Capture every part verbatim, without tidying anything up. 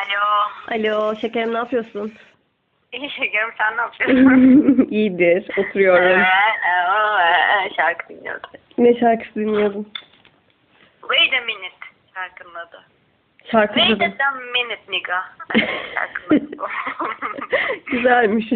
Alo. Alo şekerim, ne yapıyorsun? İyi şekerim, sen ne yapıyorsun? İyidir, oturuyorum. Ee, şarkı dinliyorsun. Ne şarkısı dinliyordun? Wait a minute şarkının adı. Şarkı Wait dedim. a minute nigga. Şarkının adı. Güzelmiş.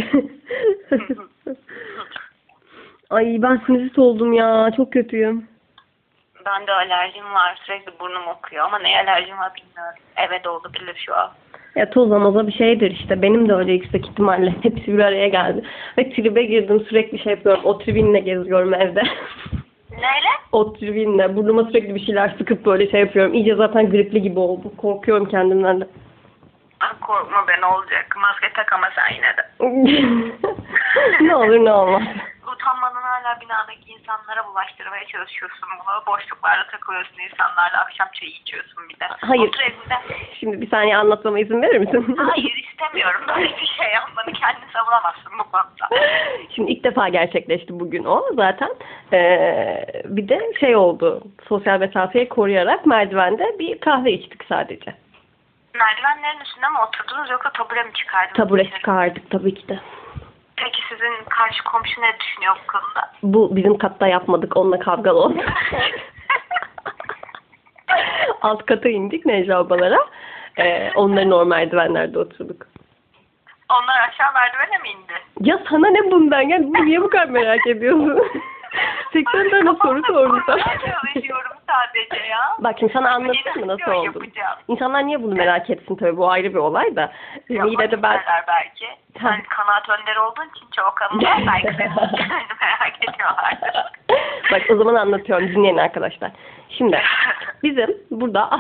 Ay ben sinüzit oldum ya, çok kötüyüm. Ben de alerjim var, sürekli burnum okuyor ama neye alerjim var bilmiyorum. Evet olabilir şu an. Ya toza moza bir şeydir işte. Benim de öyle yüksek ihtimalle. Hepsi bir araya geldi. Ve tribe girdim, sürekli şey yapıyorum. O tribinle geziyorum evde. Neyle? O tribinle. Burnuma sürekli bir şeyler sıkıp böyle şey yapıyorum. İyice zaten gripli gibi oldum. Korkuyorum kendimden de. Ah, korkma be, ne olacak? Maske tak ama sen yine de. Ne olur ne olmaz. Utanmadan hala binadaki insanlara bulaştırmaya çalışıyorsun bunu. Boşluklarda takılıyorsun insanlarla, akşam çayı içiyorsun bir de. Hayır. Otur evinde. Şimdi bir saniye anlatmama izin verir misin? Hayır, istemiyorum böyle bir şey yapmanı. Kendini savunamazsın bu konuda. Şimdi ilk defa gerçekleşti bugün o zaten. Ee, bir de şey oldu. Sosyal mesafeyi koruyarak merdivende bir kahve içtik sadece. Merdivenlerin üstünde mi oturdunuz yoksa tabure mi çıkardınız? Tabure çıkardık tabii ki de. Peki sizin karşı komşu ne düşünüyor bu konuda? Bu bizim katta yapmadık. Onunla kavgalı oldu. Alt kata indik Necla ablalara. Ee, onların o merdivenlerde oturduk. Onlar aşağı merdivene mi indi? Ya sana ne bundan? Ya niye bu kadar merak ediyorsun? seksen tane soru sordum sana. Çalışıyorum sadece ya. Bak şimdi sana anlatayım mı nasıl oldu? Yapacağım. İnsanlar niye bunu merak etsin tabii, bu ayrı bir olay da. Yapmak Yine de ben... isterler belki. Sen kanaat önderi olduğun için çoğu kadınlar belki de merak ediyorlardır. Bak o zaman anlatıyorum, dinleyin arkadaşlar. Şimdi bizim burada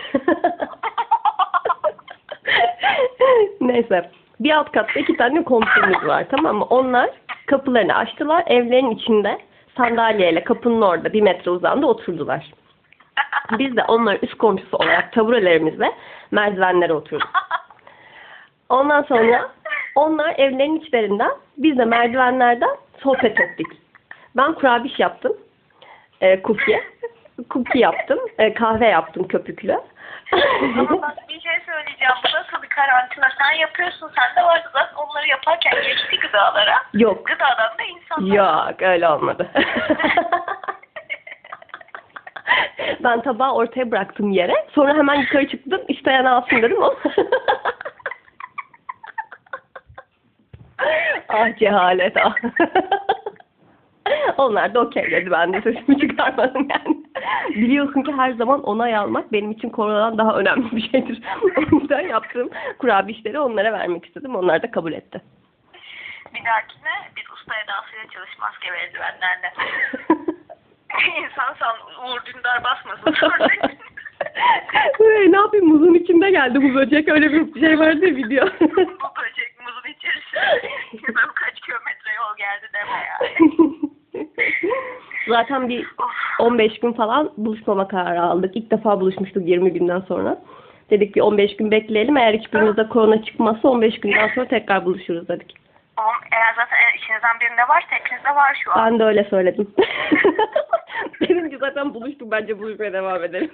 neyse bir alt katta iki tane komşumuz var, tamam mı? Onlar kapılarını açtılar, evlerin içinde sandalyeyle kapının orada bir metre uzağında oturdular. Biz de onların üst komşusu olarak taburelerimizle merdivenlere oturduk. Ondan sonra onlar evlerin içlerinden, biz de merdivenlerden sohbet ettik. Ben kurabiş yaptım. E, cookie. Cookie yaptım. E, kahve yaptım köpüklü. Ama bak bir şey söyleyeceğim. Bu nasıl bir karantina? Sen yapıyorsun. Sende vardı zaten, onları yaparken geçti gıdalara. Yok. Gıdadan da insanlar. Yok, öyle olmadı. Ben tabağı ortaya bıraktım yere. Sonra hemen yukarı çıktım. İsteyen alsın dedim. Ah cehalet ah. Onlar da okey dedi. Ben de sesimi çıkarmadım yani. Biliyorsun ki her zaman onay almak benim için koronadan daha önemli bir şeydir. O yüzden yaptığım kurabişleri onlara vermek istedim. Onlar da kabul etti. Bir dahakine biz usta edasıyla çalış maske ve eldivenlerle. İnsan san Uğur Dündar basmasın sonra. Hey, ne yapayım, muzun içinde geldi bu böcek, öyle bir şey vardı ya video. Bu böcek muzun içerisinde. Ben kaç kilometre yol geldi deme yani. Zaten bir on beş gün falan buluşmama kararı aldık. İlk defa buluşmuştuk yirmi günden sonra. Dedik bir on beş gün bekleyelim. Eğer hiçbirimizde korona çıkmazsa on beş günden sonra tekrar buluşuruz dedik. Oğlum, eğer zaten içinizden birinde varsa hepinizde var şu an. Ben de öyle söyledim. Dedim ki zaten buluştuk, bence buluşmaya devam edelim.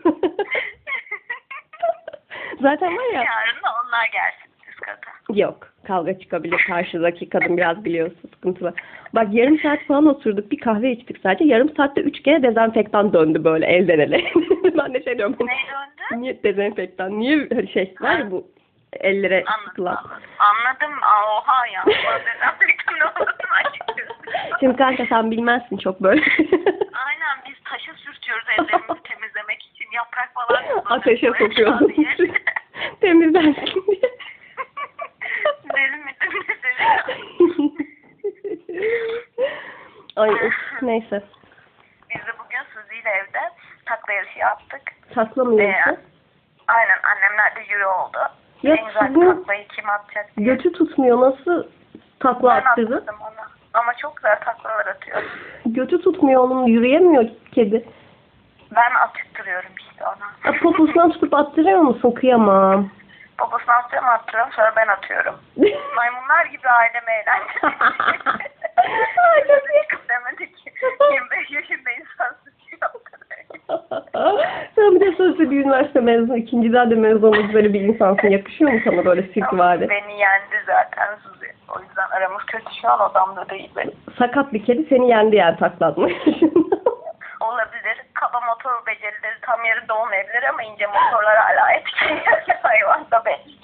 Zaten var ya. Yarın da onlar gelsin üst kata. Yok. Kavga çıkabilir. Karşıdaki kadın biraz biliyorsun sıkıntılı. Bak yarım saat falan oturduk. Bir kahve içtik sadece. Yarım saatte üç kere dezenfektan döndü böyle elden ele. Ben de şey diyorum. Ne döndü? Niye dezenfektan? Niye şey var ya bu ellere sıkılan. Anladım. Anladım. Aa, oha ya. Dezenfektan ne olduğunu açıkçası. Şimdi kanka sen bilmezsin çok böyle. Aynen, biz taşa sürtüyoruz ellerimizi temizlemek için. Yaprak falan kullanıyoruz. Ateşe sokuyorsun. Temizlensin diye. Deli mi? Deli. Ay of, neyse. Biz de bugün Suzi ile evde takla yarışı yaptık. Takla mı Ee, yarışı? aynen, annemler de yürü oldu. Ya en güzel sizin taklayı kim atacak diye. götü tutmuyor, nasıl takla Ben attırdın? atladım ona. Ama çok güzel taklalar atıyor. Götü tutmuyor onun, yürüyemiyor kedi. Ben attırıyorum işte ona. Ya, poposundan tutup attırıyor musun? Kıyamam. Babasını atıyorum, attırıyorum, sonra ben atıyorum. Maymunlar gibi aileme eğlence. Aileme demedi ki yirmi beş yaşında insan suçuyor. Sen bir de sonuçta bir üniversite mezunu, ikinciden de mezun olmuş böyle bir insansın. Yakışıyor mu sana böyle sirkvari? Beni yendi zaten Suzi. O yüzden aramız kötü şu an odamda değil benim. Sakat bir kedi seni yendi yani taklatmış. Olabilir. Kaba motor becerileri tam yerinde olmayabilir ama ince motorlar hala etkili. Hayvan da belki.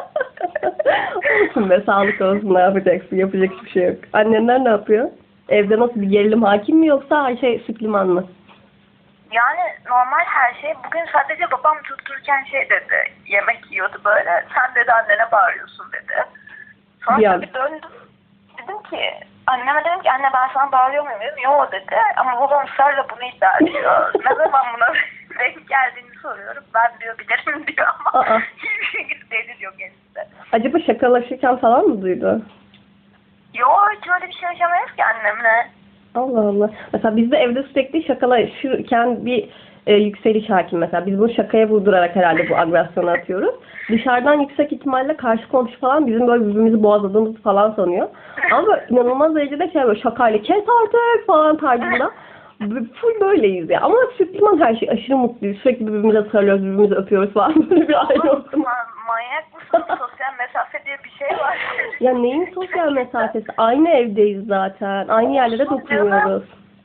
Olsun be, sağlık olsun, ne yapacaksın? Yapacak hiçbir şey yok. Annenler ne yapıyor? Evde nasıl, bir gerilim hakim mi yoksa her şey süpliman mı? Yani normal her şey. Bugün sadece babam tuttururken şey dedi. Yemek yiyordu böyle. Sen dedi annene bağırıyorsun dedi. Sonra Ya. tabii döndüm. Dedim ki anneme dedim ki anne ben sana bağırıyor muyum dedim. Yo dedi. Ama babam ısrarla bunu iddia ediyor. Ne zaman buna denk geldiğini soruyorum. Ben diyor bilirim diyor ama Aa. hiçbir şekilde delil yok elinde. Acaba şakalaşırken falan mı duydu? Yo hiç öyle bir şey yaşamayız ki annemle. Allah Allah. Mesela bizde evde sürekli şakalaşırken bir e, yükseliş hakim mesela. Biz bunu şakaya vurdurarak herhalde bu agresyonu atıyoruz. Dışarıdan yüksek ihtimalle karşı komşu falan bizim böyle birbirimizi boğazladığımızı falan sanıyor. Ama böyle inanılmaz derecede şey böyle şakayla kes artık falan tarzında. Full böyleyiz ya. Ama süpliman her şey. Aşırı mutluyuz. Sürekli birbirimize sarılıyoruz, birbirimize öpüyoruz falan. Böyle bir aile ortamı. Ma- manyak mısın? Sosyal mesafe diye bir şey var. Ya neyin sosyal mesafesi? Aynı evdeyiz zaten. Aynı yerlere dokunuyoruz.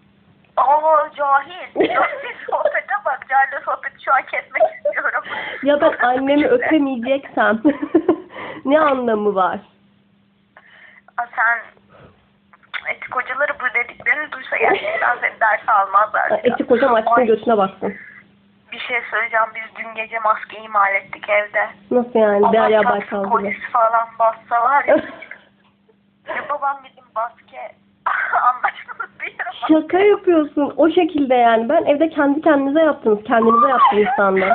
Aa cahil. Cahil sohbete bak. Cahil'le sohbeti şu an kesmek istiyorum. Ya ben annemi öpemeyeceksem ne anlamı var? Aa, sen etik hocaları bu dediklerini duysa gerçekten seni ders almazlar. Ya, etik hocam açsın götüne baksın. Bir şey söyleyeceğim. Biz dün gece maske imal ettik evde. Nasıl yani? Allah Derya çarpsın Baykal gibi. polis falan bassa var ya. Ya babam bizim maske anlaşmamız değil ama. Şaka yapıyorsun. O şekilde yani. Ben evde kendi kendinize yaptınız. Kendinize yaptınız sandım.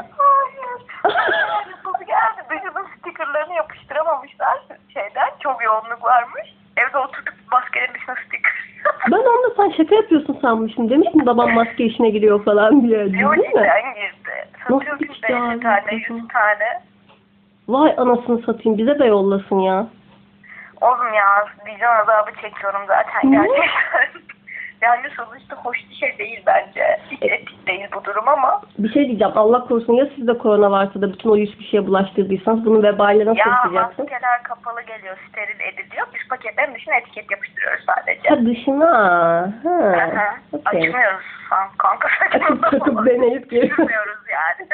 Hayır. Bu geldi. Vücudun stickerlarını yapıştıramamışlar şeyden. Çok yoğunluk varmış. Evde oturduk maskelerin dışına sticker. Ben onda sen şaka yapıyorsun sanmıştım. Demiştim babam maske işine giriyor falan diye. Değil Yok mi? cidden girdi. Satıyor Nasıl ki işte abi? beş tane, yüz tane. Vay anasını satayım. Bize de yollasın ya. Oğlum ya vicdan azabı çekiyorum zaten Ne? gerçekten. Yani sonuçta hoş bir şey değil bence. Hiç etik değil bu durum ama. Bir şey diyeceğim. Allah korusun ya sizde korona varsa da bütün o yüz kişiye bulaştırdıysanız bunun vebaline nasıl Ya yapacaksın? maskeler kapalı geliyor, steril ediliyor. Biz paketlerin dışına etiket yapıştırıyoruz sadece. Ha dışına. Ha. Aha. Okay. Açmıyoruz falan. Kanka Takıp takıp saçmalama. deneyip geliyor. Açmıyoruz yani.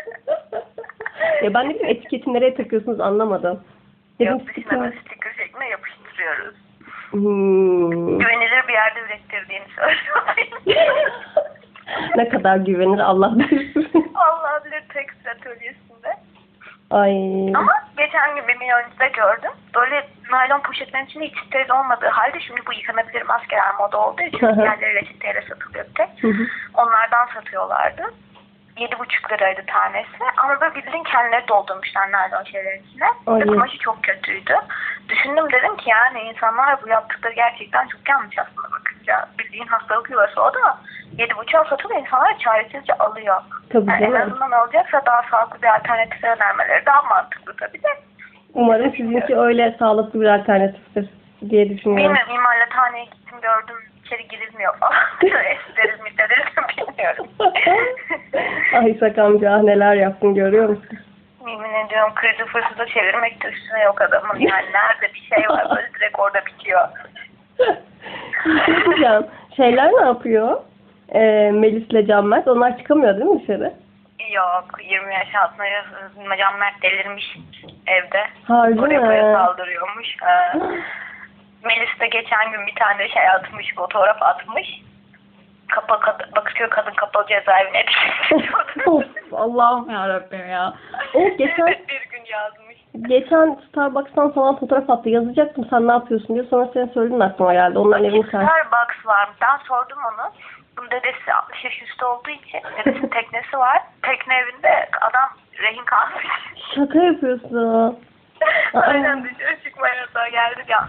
Ya ben de bileyim etiketi nereye takıyorsunuz anlamadım. Dedim Yok dışına böyle sticker şeklinde yapıştırıyoruz. Hmm. Güvenilir bir yerde ürettirdiğini söylüyorum. Ne kadar güvenir Allah bilir. Allah bilir tekstil atölyesinde. Ay. Ama geçen gün bir milyoncuda gördüm. Böyle naylon poşetlerin içinde hiç steril olmadığı halde şimdi bu yıkanabilir maskeler moda olduğu için diğerleri reçeteyle satılıyor tek. Onlardan satıyorlardı. Yedi buçuk liraydı tanesi. Ama böyle bildiğin kendileri doldurmuşlar naylon şeylerin içine. Ve kumaşı çok kötüydü. Düşündüm dedim ki yani insanlar bu yaptıkları gerçekten çok yanlış aslında bakınca. Bildiğin hastalık yuvası o da yedi buçuğa satılıyor. İnsanlar çaresizce alıyor. Tabii yani canım. en azından alacaksa daha sağlıklı bir alternatif önermeleri daha mantıklı tabii de. Umarım sizinki öyle sağlıklı bir alternatiftir diye düşünüyorum. Bilmiyorum imalathaneye gittim gördüm içeri girilmiyor falan. Esteriz mi deriz bilmiyorum. Ay sakamca neler yaptın görüyor musun? Yemin ediyorum kırıcı fırsatı çevirmek de üstüne yok adamın. Yani nerede bir şey var böyle direkt orada bitiyor. Şey diyeceğim, şeyler ne yapıyor? Ee, Melis'le Can Mert. Onlar çıkamıyor değil mi dışarı? Yok yirmi yaş altında Can Mert delirmiş evde. Harbi Oraya mi? buraya saldırıyormuş. Ha. Melis de geçen gün bir tane şey atmış, fotoğraf atmış. Kapa, kad Bakırköy Kadın Kapalı Cezaevine Of Allah'ım yarabbim ya. O geçen evet, bir gün yazmış. geçen Starbucks'tan falan fotoğraf attı. Yazacaktım sen ne yapıyorsun diye. Sonra sen söyledin aklıma geldi. Onların evini sen. Starbucks var. Ben sordum onu. Bunun dedesi altmış yaş üstü olduğu için dedesinin teknesi var. Tekne evinde adam rehin kalmış. Şaka yapıyorsun. Aynen dışarı çıkmaya yasağı geldi ya.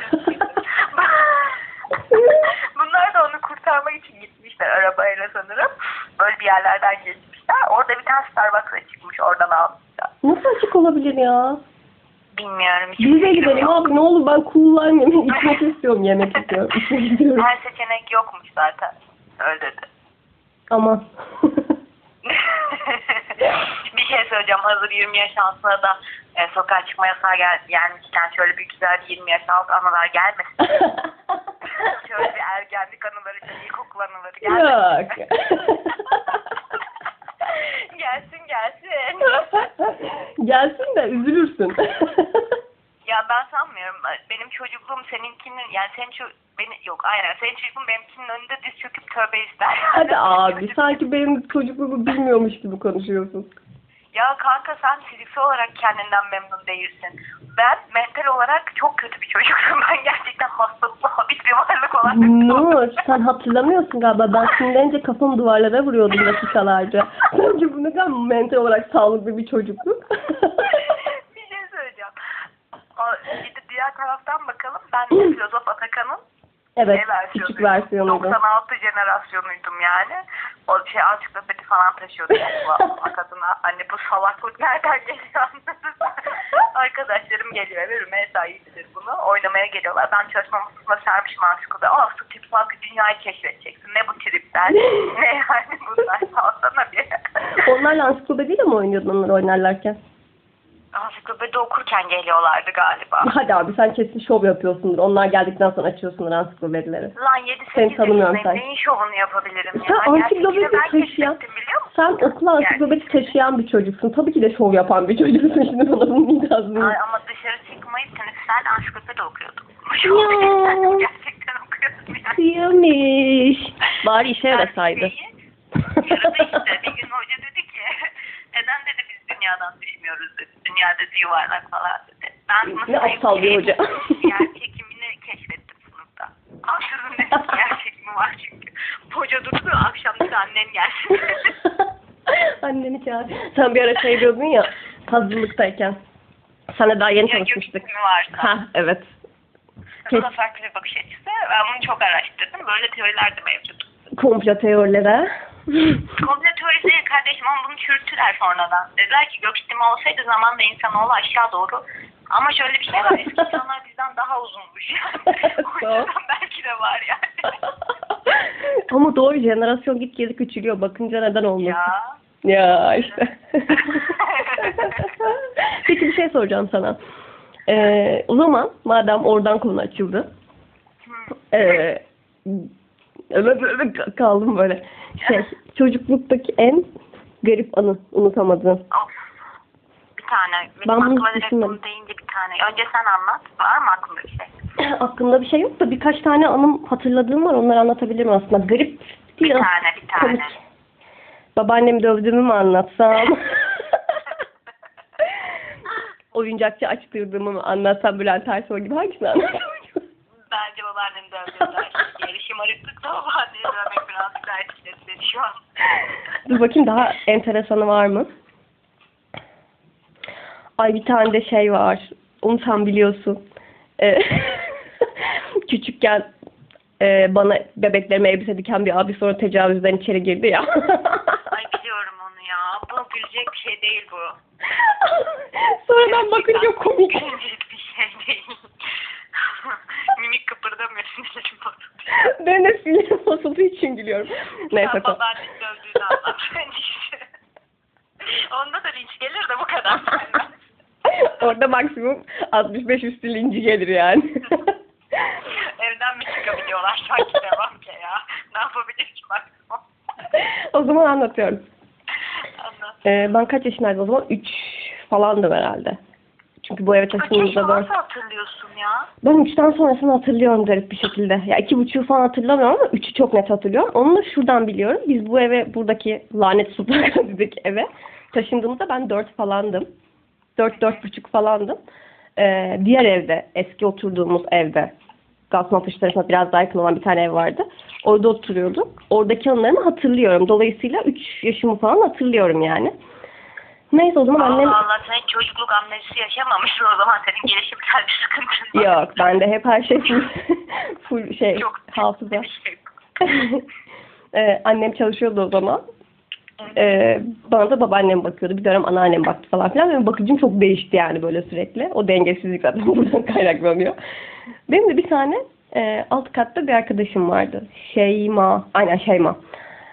Bunlar da onu kurtarmak için gitmişler arabayla sanırım. Böyle bir yerlerden geçmişler. Orada bir tane Starbucks'a çıkmış. Oradan almışlar. Nasıl açık olabilir ya? Bilmiyorum. Biz de gidelim abi ne olur ben kullanmayayım. İçmek istiyorum, yemek istiyorum. İçmek istiyorum. Her seçenek yokmuş zaten. Öyle dedi. Aman. Bir şey söyleyeceğim. Hazır yirmi yaş altına da e, sokağa çıkma yasağı gel gelmişken şöyle bir güzel yirmi yaş altı anılar gelmesin. Şöyle bir ergenlik anıları, ilkokul anıları gelmesin. Yok. Gelsin gelsin. Gelsin de üzülürsün. Ya ben sanmıyorum. Benim çocukluğum seninkinin, yani senin ço beni yok aynen senin çocukluğun benimkinin önünde diz çöküp tövbe ister. Hadi abi sanki benim çocukluğumu bilmiyormuş gibi konuşuyorsun. Ya kanka sen fiziksel olarak kendinden memnun değilsin. Ben mental olarak çok kötü bir çocuktum. Ben gerçekten hastalıklı habis bir varlık olarak. Nur sen hatırlamıyorsun galiba. Ben sinirlenince kafamı duvarlara vuruyordum dakikalarca. Sence bu ne kadar mental olarak sağlıklı bir çocukluk? Bir şey söyleyeceğim. O, gidip diğer taraftan bakalım. Ben de filozof Atakan'ın Evet, versiyonu, küçük versiyonuydu. doksan altı jenerasyonuydum yani. O şey ansiklopedi falan taşıyordum okumak adına. Hani bu salaklık nereden geliyor anladın mı? Arkadaşlarım geliyor ve Rümeysa iyi bilir bunu. Oynamaya geliyorlar. Ben çalışma masasına sermişim ansiklopedi. Aa su tip bak dünyayı keşfedeceksin. Ne bu tripler? Ne yani bunlar? Salsana bir. Onlarla ansiklopediyle mi oynuyordun onları oynarlarken? Ansiklopedi okurken geliyorlardı galiba. Hadi abi sen kesin şov yapıyorsundur. Onlar geldikten sonra açıyorsundur ansiklopedileri. Lan yedi Seni sekiz tanımıyorum yaşındayım. sen. Neyin şovunu yapabilirim Sen ya? ansiklopedi Gerçekten ben taşıyan, keşfettim biliyor musun? sen okula ansiklopedi taşıyan bir çocuksun. Tabii ki de şov yapan bir çocuksun. Şimdi bana bunun itirazını. Ay, ama dışarı çıkmayıp teneffüslerde ansiklopedi okuyordum. Ya. Gerçekten okuyordum yani. Kıymış. Bari işe yarasaydı. Yaradı işte. Bir gün hoca dedi ki neden dedi biz dünyadan düşmüyoruz dedi. Dünya dedi yuvarlak falan dedi. Ben Ne aptal bir hoca. Yer çekimini keşfettim sınıfta. Ansızın dedim yer çekimi var çünkü. Hoca durdu akşam dedi annen gelsin. Anneni çağır. Sen bir ara şey diyordun ya hazırlıktayken. Sana daha yeni Ya, tanışmıştık. gökyüzü var. Ha evet. Bu da farklı bir bakış açısı. Ben bunu çok araştırdım. Böyle teoriler de mevcut. Komplo teorilere. Komplo teorisi değil kardeşim ama bunu çürüttüler sonradan. Dediler ki göksitimi olsaydı zamanla insanoğlu aşağı doğru. Ama şöyle bir şey var. Eski insanlar bizden daha uzunmuş yani. O yüzden belki de var yani. Ama doğru jenerasyon git geri küçülüyor. Bakınca neden olmasın? Ya. Ya işte. Peki bir şey soracağım sana. Ee, o zaman madem oradan konu açıldı. Ee, öyle böyle kaldım böyle. Şey, çocukluktaki en garip anı unutamadığın. Of. Bir tane. Ben Benim bunu aklıma direkt düşünmedim. bunu deyince bir tane. Önce sen anlat. Var mı aklında bir şey? Aklımda bir şey yok da birkaç tane anım hatırladığım var. Onları anlatabilirim aslında. Garip Bir değil. tane bir tane. Komik. Babaannemi dövdüğümü mü anlatsam? Oyuncakçı açtırdığımı mı anlatsam Bülent Ersoy gibi hangisini anlatsam? Bence babaannem dövdüğü daha iyi. Şımarıklık da babaannemi dövmek birazcık daha etkiledi şu an. Dur bakayım daha enteresanı var mı? Ay bir tane de şey var. Onu sen biliyorsun. Ee, küçükken e, bana bebeklerime elbise diken bir abi sonra tecavüzden içeri girdi ya. Ay biliyorum onu ya. Bu gülecek bir şey değil bu. Sonradan bakınca komik. Gülecek bir şey değil. Mimik kıpırdamıyorsun. Ben de sinirim bozulduğu için gülüyorum. Neyse. Sen babaannenin dövdüğünü anlat. Onda da linç gelir de bu kadar. Orada maksimum altmış beş üstü linci gelir yani. Evden mi çıkabiliyorlar sanki devam ki ya. Ne yapabilir ki maksimum? O zaman anlatıyorum. Anlat. Ee, ben kaç yaşındaydım o zaman? Üç falandım herhalde. Çünkü bu eve Kaç taşındığımızda yaşını dört. nasıl hatırlıyorsun ya? Ben üçten sonrasını hatırlıyorum garip bir şekilde. Ya iki buçuğu falan hatırlamıyorum ama üçü çok net hatırlıyorum. Onu da şuradan biliyorum. Biz bu eve, buradaki lanet Sultangazi'deki eve taşındığımızda ben dört falandım. Dört, dört buçuk falandım. Ee, diğer evde, eski oturduğumuz evde, Gazman Fışları'na biraz daha yakın olan bir tane ev vardı. Orada oturuyorduk. Oradaki anılarımı hatırlıyorum. Dolayısıyla üç yaşımı falan hatırlıyorum yani. Neyse o zaman Allah annem... Allah sen çocukluk amnezisi yaşamamışsın o zaman senin gelişimsel bir sıkıntın var. Yok bende hep her şey full, full şey Çok hafıza. bir şey. ee, annem çalışıyordu o zaman. Ee, bana da babaannem bakıyordu. Bir dönem anneannem baktı falan filan. Benim bakıcım çok değişti yani böyle sürekli. O dengesizlik zaten buradan kaynaklanıyor. Benim de bir tane e, alt katta bir arkadaşım vardı. Şeyma. Aynen Şeyma.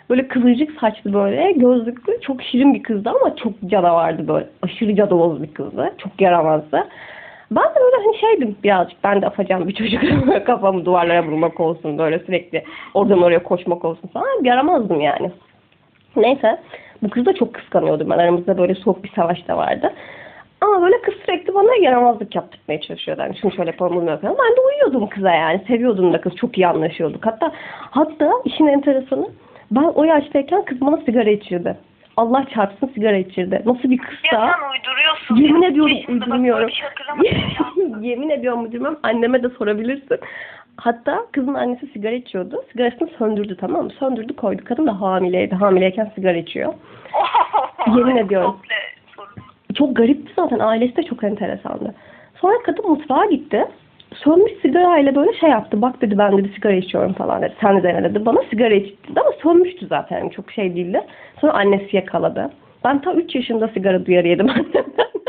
Böyle kıvırcık saçlı böyle gözlüklü çok şirin bir kızdı ama çok canavardı böyle. Aşırı cadaloz bir kızdı. Çok yaramazdı. Ben de böyle hani şeydim birazcık ben de afacan bir çocuk kafamı duvarlara vurmak olsun böyle sürekli oradan oraya koşmak olsun falan yaramazdım yani. Neyse bu kız da çok kıskanıyordum ben aramızda böyle soğuk bir savaş da vardı. Ama böyle kız sürekli bana yaramazlık yaptırmaya çalışıyordu. Yani şunu şöyle yapalım bunu yapalım. Ben de uyuyordum kıza yani. Seviyordum da kız. Çok iyi anlaşıyorduk. Hatta hatta işin enteresanı ben o yaştayken kız bana sigara içirdi. Allah çarpsın sigara içirdi. Nasıl bir kızsa. Ya sen uyduruyorsun. Yemin ya. ediyorum Yaşında bak, uydurmuyorum. böyle bir şey hatırlamadım ya. Yemin ediyorum uydurmuyorum. Anneme de sorabilirsin. Hatta kızın annesi sigara içiyordu. Sigarasını söndürdü tamam mı? Söndürdü koydu. Kadın da hamileydi. Hamileyken sigara içiyor. Yemin ediyorum. Komple sorun. Çok garipti zaten. Ailesi de çok enteresandı. Sonra kadın mutfağa gitti. Sönmüş sigarayla böyle şey yaptı. Bak dedi ben dedi sigara içiyorum falan dedi. Sen de dene dedi. Bana sigara iç dedi ama sönmüştü zaten. Yani çok şey değildi. Sonra annesi yakaladı. Ben ta üç yaşında sigara duyarı yedim annemden.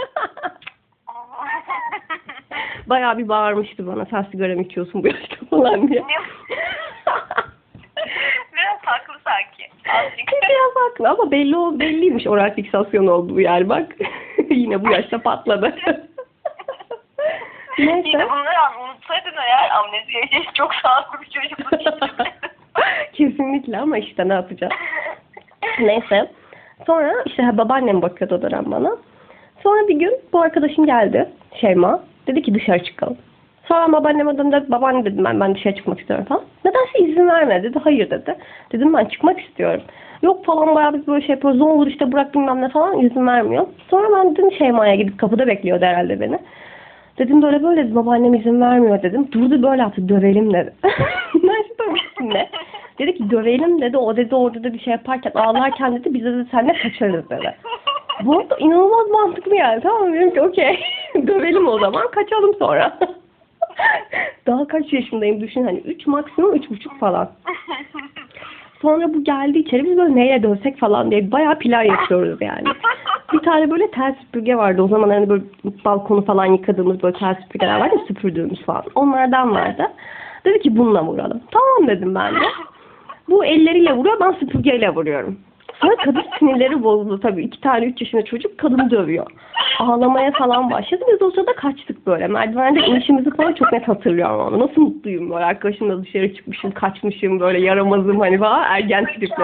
Bayağı bir bağırmıştı bana. Sen sigara mı içiyorsun bu yaşta falan diye. Biraz haklı sanki. Azıcık. Biraz haklı ama belli o belliymiş oral fiksasyon olduğu yani bak. Yine bu yaşta patladı. Neyse. Yine bunları unutsaydın eğer amneziye çok sağlıklı bir çocukluk geçirdi. Kesinlikle ama işte ne yapacağız. Neyse. Sonra işte babaannem bakıyordu o dönem bana. Sonra bir gün bu arkadaşım geldi. Şeyma. Dedi ki dışarı çıkalım. Sonra babaanneme döndü. Babaanne dedim ben ben dışarı çıkmak istiyorum falan. Nedense izin vermedi dedi. Hayır dedi. Dedim ben çıkmak istiyorum. Yok falan bayağı biz böyle şey yapıyoruz. Ne olur işte bırak bilmem ne falan izin vermiyor. Sonra ben dedim Şeyma'ya gidip kapıda bekliyordu herhalde beni. Dedim böyle böyle dedi, babaannem izin vermiyor dedim. Durdu böyle yaptı dövelim dedi. Ben işte ne? Dedi ki dövelim dedi. O dedi orada da bir şey yaparken ağlarken dedi bize de seninle kaçarız dedi. Bu inanılmaz mantıklı yani. Tamam dedim ki okey. Dövelim o zaman kaçalım sonra. Daha kaç yaşındayım düşün hani üç maksimum üç buçuk falan. Sonra bu geldi içeri biz böyle neyle dönsek falan diye bayağı plan yapıyoruz yani. Bir tane böyle tel süpürge vardı. O zaman hani böyle balkonu falan yıkadığımız böyle tel süpürgeler vardı süpürdüğümüz falan. Onlardan vardı. Dedi ki bununla vuralım. Tamam dedim ben de. Bu elleriyle vuruyor ben süpürgeyle vuruyorum. Sonra kadın sinirleri bozuldu tabii. İki tane üç yaşında çocuk kadını dövüyor. Ağlamaya falan başladı. Biz o sırada kaçtık böyle. Merdivende inişimizi falan çok net hatırlıyorum ama. Nasıl mutluyum böyle. Arkadaşımla dışarı çıkmışım, kaçmışım böyle yaramazım hani falan. Ergen tripler.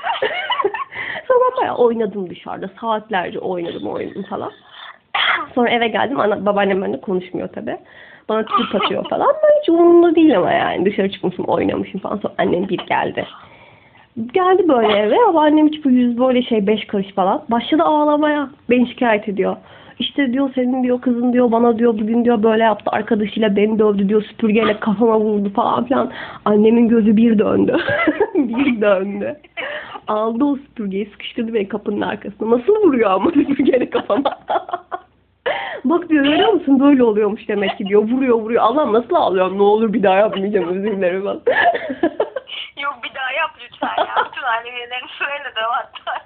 Sonra bayağı oynadım dışarıda. Saatlerce oynadım oynadım falan. Sonra eve geldim. Ana, babaannem benimle konuşmuyor tabii. Bana trip atıyor falan. Ben hiç umurumda değil ama yani. Dışarı çıkmışım, oynamışım falan. Sonra annem bir geldi. Geldi böyle eve ama annem hiç bu yüz böyle şey beş karış falan. Başladı ağlamaya. Beni şikayet ediyor. İşte diyor senin diyor kızın diyor bana diyor bugün diyor böyle yaptı. Arkadaşıyla beni dövdü diyor süpürgeyle kafama vurdu falan filan. Annemin gözü bir döndü. bir döndü. Aldı o süpürgeyi sıkıştırdı beni kapının arkasına. Nasıl vuruyor ama süpürgeyle kafama. Bak diyor görüyor musun böyle oluyormuş demek ki diyor. Vuruyor vuruyor. Allah'ım nasıl ağlıyorum ne olur bir daha yapmayacağım özür dilerim falan. Yok bir daha yap lütfen ya. Bütün annelerini söyle de hatta.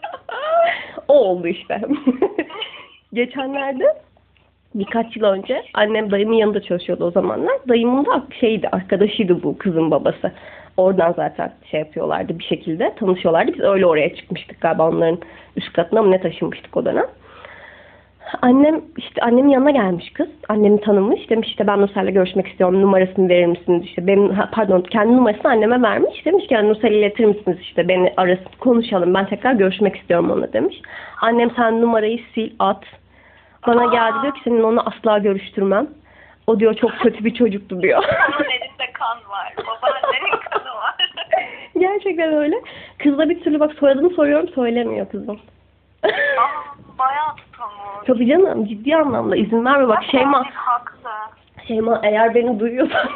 O oldu işte. Geçenlerde birkaç yıl önce annem dayımın yanında çalışıyordu o zamanlar. Dayımın da şeydi arkadaşıydı bu kızın babası. Oradan zaten şey yapıyorlardı bir şekilde tanışıyorlardı. Biz öyle oraya çıkmıştık galiba onların üst katına mı ne taşınmıştık o dönem. Annem işte annemin yanına gelmiş kız. Annemi tanımış. Demiş işte ben Nursel'le görüşmek istiyorum. Numarasını verir misiniz? İşte benim pardon kendi numarasını anneme vermiş. Demiş ki yani Nursel'i iletir misiniz? İşte beni arasın konuşalım. Ben tekrar görüşmek istiyorum onunla demiş. Annem sen numarayı sil at. Bana Aa. geldi diyor ki senin onu asla görüştürmem. O diyor çok kötü bir çocuktu diyor. Onun elinde kan var. Babaannenin kanı var. Gerçekten öyle. Kız da bir türlü bak soyadını soruyorum söylemiyor kızım. Aa, bayağı tutamıyor. Tabii canım ciddi anlamda izin verme bak Şeyma. Haklı. Şeyma eğer beni duyuyorsan.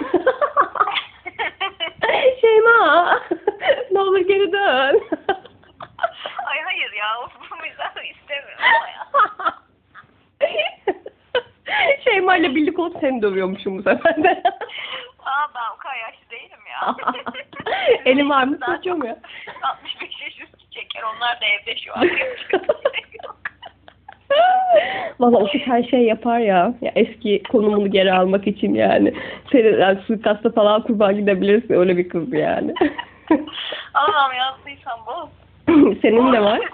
Şeyma. Ne olur geri dön. Ay hayır ya. Bu mizahı istemiyorum ya. Şeyma ile birlik olup seni dövüyormuşum bu sefer de. Aa ben o kadar yaşlı değilim ya. Elim var mı tutuyorum ya. altmış beş yaş üstü çeker. Onlar da evde şu an. Valla o tip her şey yapar ya. Ya eski konumunu geri almak için yani. Seni yani, suikasta falan kurban gidebilirsin. Öyle bir kız yani. Allah'ım ya insan bu. Senin de var.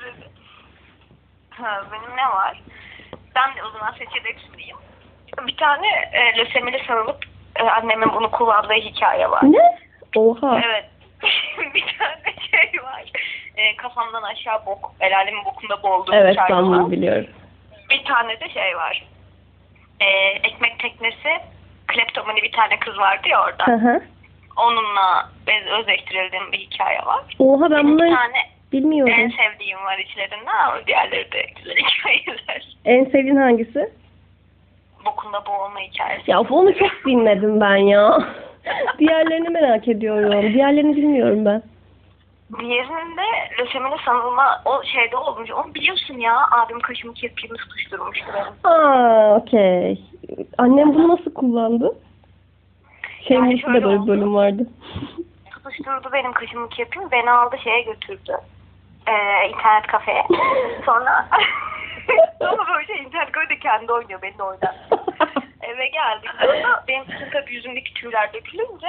Ha, benim ne var? Ben de o zaman seçerek sunayım. Bir tane e, lösemili sarılıp e, annemin bunu kullandığı hikaye var. Ne? Oha. Evet. Bir tane şey var. E, kafamdan aşağı bok, el alemin bokunda boğulduğum Evet hikaye ben bunu var. biliyorum. Bir tane de şey var. E, ekmek teknesi, kleptomani bir tane kız vardı ya orada. Hı hı. Onunla bez özleştirildiğim bir hikaye var. Oha ben Benim bir bunları tane bilmiyorum. en sevdiğim var içlerinden ama diğerleri de güzel hikayeler. En sevdiğin hangisi? Bokunda boğulma hikayesi. Ya onu çok dinledim ben ya. Diğerlerini merak ediyorum. Diğerlerini bilmiyorum ben. Diğerinde lösemili sanılma o şeyde olmuş. Onu biliyorsun ya. Abim kaşımı kirpiğimi tutuşturmuştu benim. Aa, okey. Annem bunu nasıl kullandı? Şey Yani yani şöyle de böyle bir oldu. bölüm vardı. Tutuşturdu benim kaşımı kirpiğimi. Beni aldı şeye götürdü. Ee, internet kafeye. Sonra sonra böyle şey, internet kafede kendi oynuyor. Beni de oynattı. Eve geldik. Sonra benim bütün tabii yüzümdeki tüyler dökülünce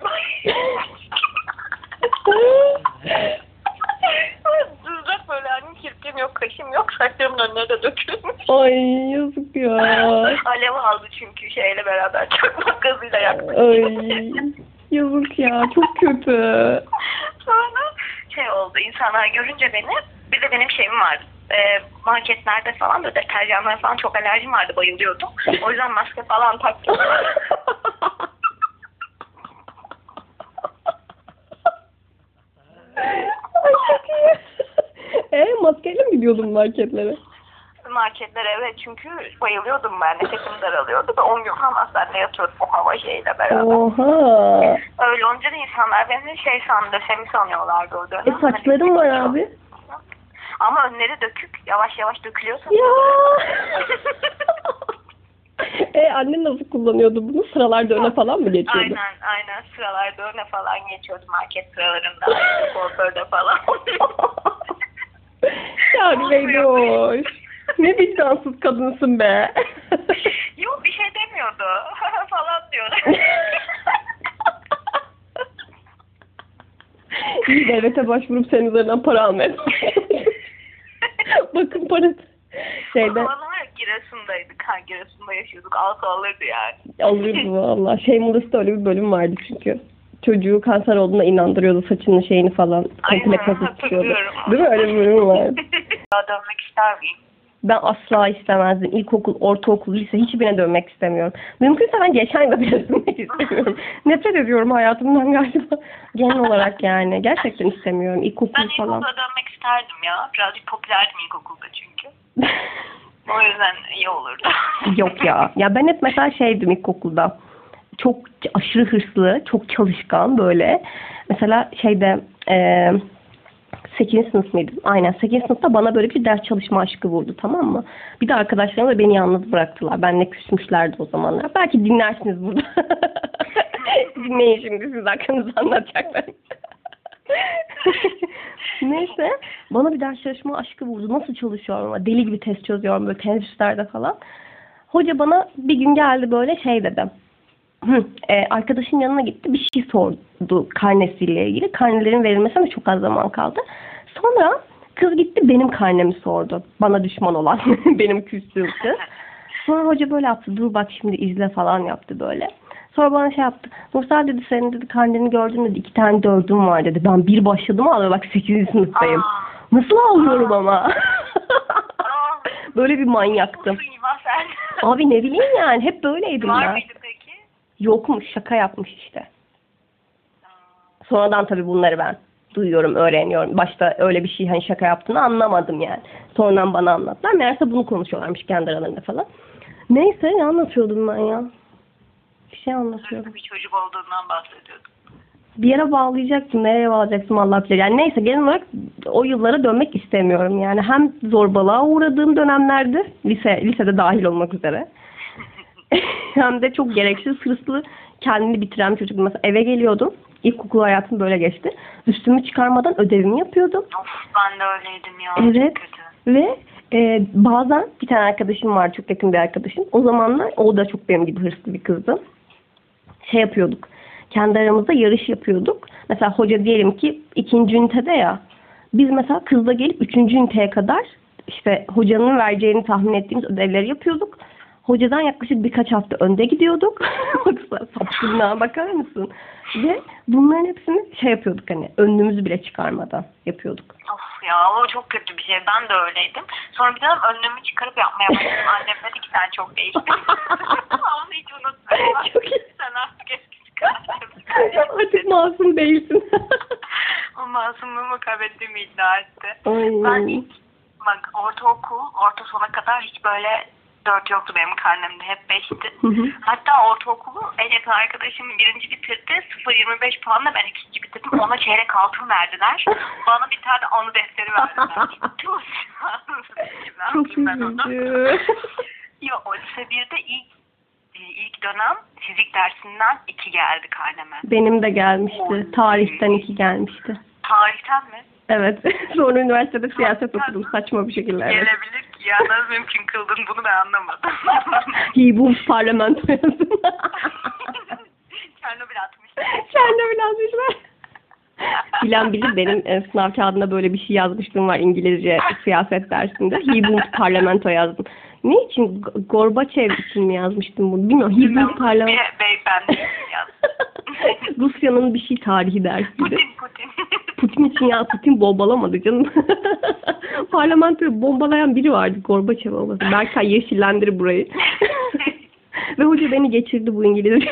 düzlek böyle hani kirpiğim yok, kaşım yok, saçlarımın önüne de dökülmüş. Ay yazık ya. Alev aldı çünkü şeyle beraber çakmak gazıyla yakmış. Ay yazık ya, çok kötü. Sonra şey oldu, insanlar görünce beni, bir de benim şeyim vardı. E, marketlerde falan böyle deterjanlara falan çok alerjim vardı, bayılıyordum. O yüzden maske falan taktım. Ay çok iyi. Eee maskeyle mi gidiyordun marketlere? Marketlere evet, çünkü bayılıyordum ben. Nefesim daralıyordu da on gün falan hastanede yatıyordum o hava şeyiyle beraber. Oha. Öyle olunca da insanlar beni şey sandı, semi sanıyorlardı o dönem. E saçların var abi. Ama önleri dökük. Yavaş yavaş dökülüyor Ya. sanırım. E annen nasıl kullanıyordu bunu? Sıralarda öne falan mı geçiyordu? Aynen aynen, sıralarda öne falan geçiyordu market sıralarında. Kuaförde falan. Yani Beydoş. Ne vicdansız kadınsın be. Yok bir şey demiyordu. Falan diyordu. İyi devlete başvurup senin üzerinden para almaya. Bakın para. Şeyde. O zamanlar Giresun'daydık. Ha, Giresun'da yaşıyorduk. Alkol alırdı yani. Alırdı valla. Shameless'ta öyle bir bölüm vardı çünkü. Çocuğu kanser olduğuna inandırıyordu, saçının şeyini falan. Komple Aynen, kazıp tutuyordu. hatırlıyorum. Değil mi? Öyle bir bölüm vardı. Daha dönmek ister miyim? Ben asla istemezdim. İlkokul, ortaokul, lise hiçbirine dönmek istemiyorum. Mümkünse ben geçen yılda bile dönmek istemiyorum. Nefret ediyorum hayatımdan galiba. Genel olarak yani. Gerçekten istemiyorum. İlkokul Ben falan. ilkokula dönmek isterdim ya. Birazcık popülerdim ilkokulda çünkü. O yüzden iyi olurdu. Yok ya. Ya ben hep mesela şeydim ilkokulda. Çok aşırı hırslı, çok çalışkan böyle. Mesela şeyde e, sekizinci sınıf mıydım? Aynen sekizinci sınıfta bana böyle bir ders çalışma aşkı vurdu, tamam mı? Bir de arkadaşlarım da beni yalnız bıraktılar. Benle küsmüşlerdi o zamanlar. Belki dinlersiniz burada. Dinleyin şimdi, siz hakkınızı anlatacaklar. Neyse bana bir ders çalışma aşkı vurdu. Nasıl çalışıyorum ama deli gibi test çözüyorum böyle teneffüslerde falan. Hoca bana bir gün geldi böyle şey dedi. Hı, e, arkadaşın yanına gitti, bir şey sordu karnesiyle ilgili. Karnelerin verilmesine çok az zaman kaldı. Sonra kız gitti benim karnemi sordu. Bana düşman olan benim küstüğüm kız. Sonra hoca böyle yaptı. Dur bak şimdi izle falan yaptı böyle. Sonra bana şey yaptı. Nursel dedi senin dedi karneni gördüm dedi. İki tane dördüm var dedi. Ben bir başladım ağlıyor. Bak sekizinci sınıftayım. Aa. Nasıl ağlıyorum Aa. ama. Aa. Böyle bir manyaktım. Olsun İvan sen. Abi ne bileyim yani. Hep böyleydim Var ben. mıydı peki? Yokmuş. Şaka yapmış işte. Sonradan tabii bunları ben duyuyorum, öğreniyorum. Başta öyle bir şey hani şaka yaptığını anlamadım yani. Sonradan bana anlattılar. Meğerse bunu konuşuyorlarmış kendi aralarında falan. Neyse ne anlatıyordum ben ya? Bir şey anlatıyordum. Bir çocuk olduğundan bahsediyordum. Bir yere bağlayacaktım. Nereye bağlayacaktım Allah bilir. Yani neyse genel olarak o yıllara dönmek istemiyorum. Yani hem zorbalığa uğradığım dönemlerdi. Lise, lisede dahil olmak üzere. Hem de çok gereksiz hırslı kendini bitiren bir çocuk. Mesela eve geliyordum. İlkokul hayatım böyle geçti. Üstümü çıkarmadan ödevimi yapıyordum. Of ben de öyleydim ya. Evet. Çok kötü. Ve e, bazen bir tane arkadaşım var, çok yakın bir arkadaşım. O zamanlar o da çok benim gibi hırslı bir kızdı. Şey yapıyorduk. kendi aramızda yarış yapıyorduk. Mesela hoca diyelim ki ikinci ünitede ya. Biz mesela kızla gelip üçüncü üniteye kadar işte hocanın vereceğini tahmin ettiğimiz ödevleri yapıyorduk. Hocadan yaklaşık birkaç hafta önde gidiyorduk. Baksana sapkınlığa bakar mısın? Ve bunların hepsini şey yapıyorduk hani önlüğümüzü bile çıkarmadan yapıyorduk. Of ya o çok kötü bir şey. Ben de öyleydim. Sonra bir dönem önlüğümü çıkarıp yapmaya başladım. Annem dedi ki sen çok değiştin. Onu hiç unutmuyorum. Çok iyi. Sen artık eskisi kadar. Artık masum değilsin. O masumluğumu kaybettiğimi iddia etti. Ay. Ben ilk bak ortaokul, orta sona kadar hiç böyle dört yoktu benim karnemde. Hep beşti. Hı hı. Hatta ortaokulu en yakın arkadaşım birinci bitirdi. sıfır virgül yirmi beş puanla ben ikinci bitirdim. Ona çeyrek altın verdiler. Bana bir tane anı defteri verdiler. Çok Çok üzücü. Yok o lise birde ilk ilk dönem fizik dersinden iki geldi karneme. Benim de gelmişti. Tarihten iki gelmişti. Tarihten mi? Evet. Sonra üniversitede siyaset okudum saçma bir şekilde. Evet. Gelebilir ki ya nasıl mümkün kıldın bunu ben anlamadım. Hibum parlamento yazdım. Çernobil atmış. Çernobil yazmışlar. Bilen bilir benim e, sınav kağıdında böyle bir şey yazmışlığım var İngilizce siyaset dersinde. Hibum parlamento yazdım. Ne için? G- Gorbaçev için mi yazmıştım bunu? Bilmiyorum. Hibum parlamento. Bir beyefendi yazdım. Rusya'nın bir şey tarihi dersiydi. Putin Putin. Putin için ya Putin bombalamadı canım. Parlamentoyu bombalayan biri vardı Gorbaçev olması. Berkay yeşillendir burayı. Ve hoca beni geçirdi bu İngilizce.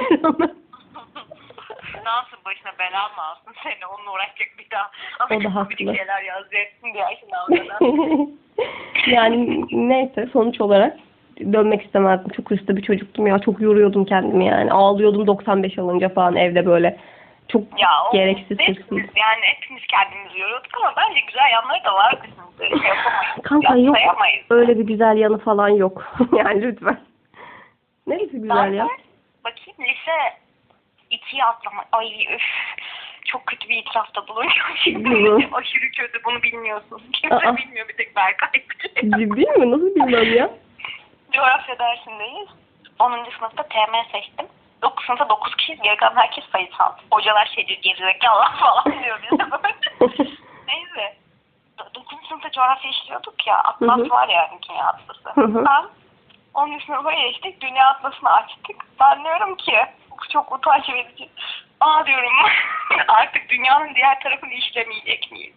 Nasıl başına bela mı alsın seni onunla uğraşacak bir daha. O da haklı. Bir şeyler yazacaksın diye sınavda. Yani neyse sonuç olarak dönmek istemezdim. Çok hırslı bir çocuktum ya. Çok yoruyordum kendimi yani. Ağlıyordum doksan beş alınca falan evde böyle. Çok ya, gereksiz hırsıydı. hırsıydı. Yani hepimiz kendimizi yoruyorduk ama bence güzel yanları da var bizim. Şey yapamayız. Kanka yok. Yapamayız. Öyle bir güzel yanı falan yok. Yani lütfen. Neresi güzel Ben ya? de bakayım lise ikiye atlama. Ay üf. Çok kötü bir itirafta bulunuyorum. Aşırı kötü bunu bilmiyorsun. Kimse Aa. bilmiyor bir tek Berkay. Ciddi mi? Nasıl bilmem ya? Coğrafya dersindeyiz. onuncu sınıfta T M seçtim. dokuz sınıfta dokuz kişiyiz. Geri kalan herkes sayısal. Hocalar şey diyor gerizekalı falan diyor bize böyle. Neyse. dokuzuncu sınıfta coğrafya işliyorduk ya. Atlas Hı hı. var ya dünya atlası. Hı hı. Ben onuncu sınıfa geçtik. Dünya atlasını açtık. Ben diyorum ki bu çok utanç verici. Aa diyorum artık dünyanın diğer tarafını işlemeyecek miyiz?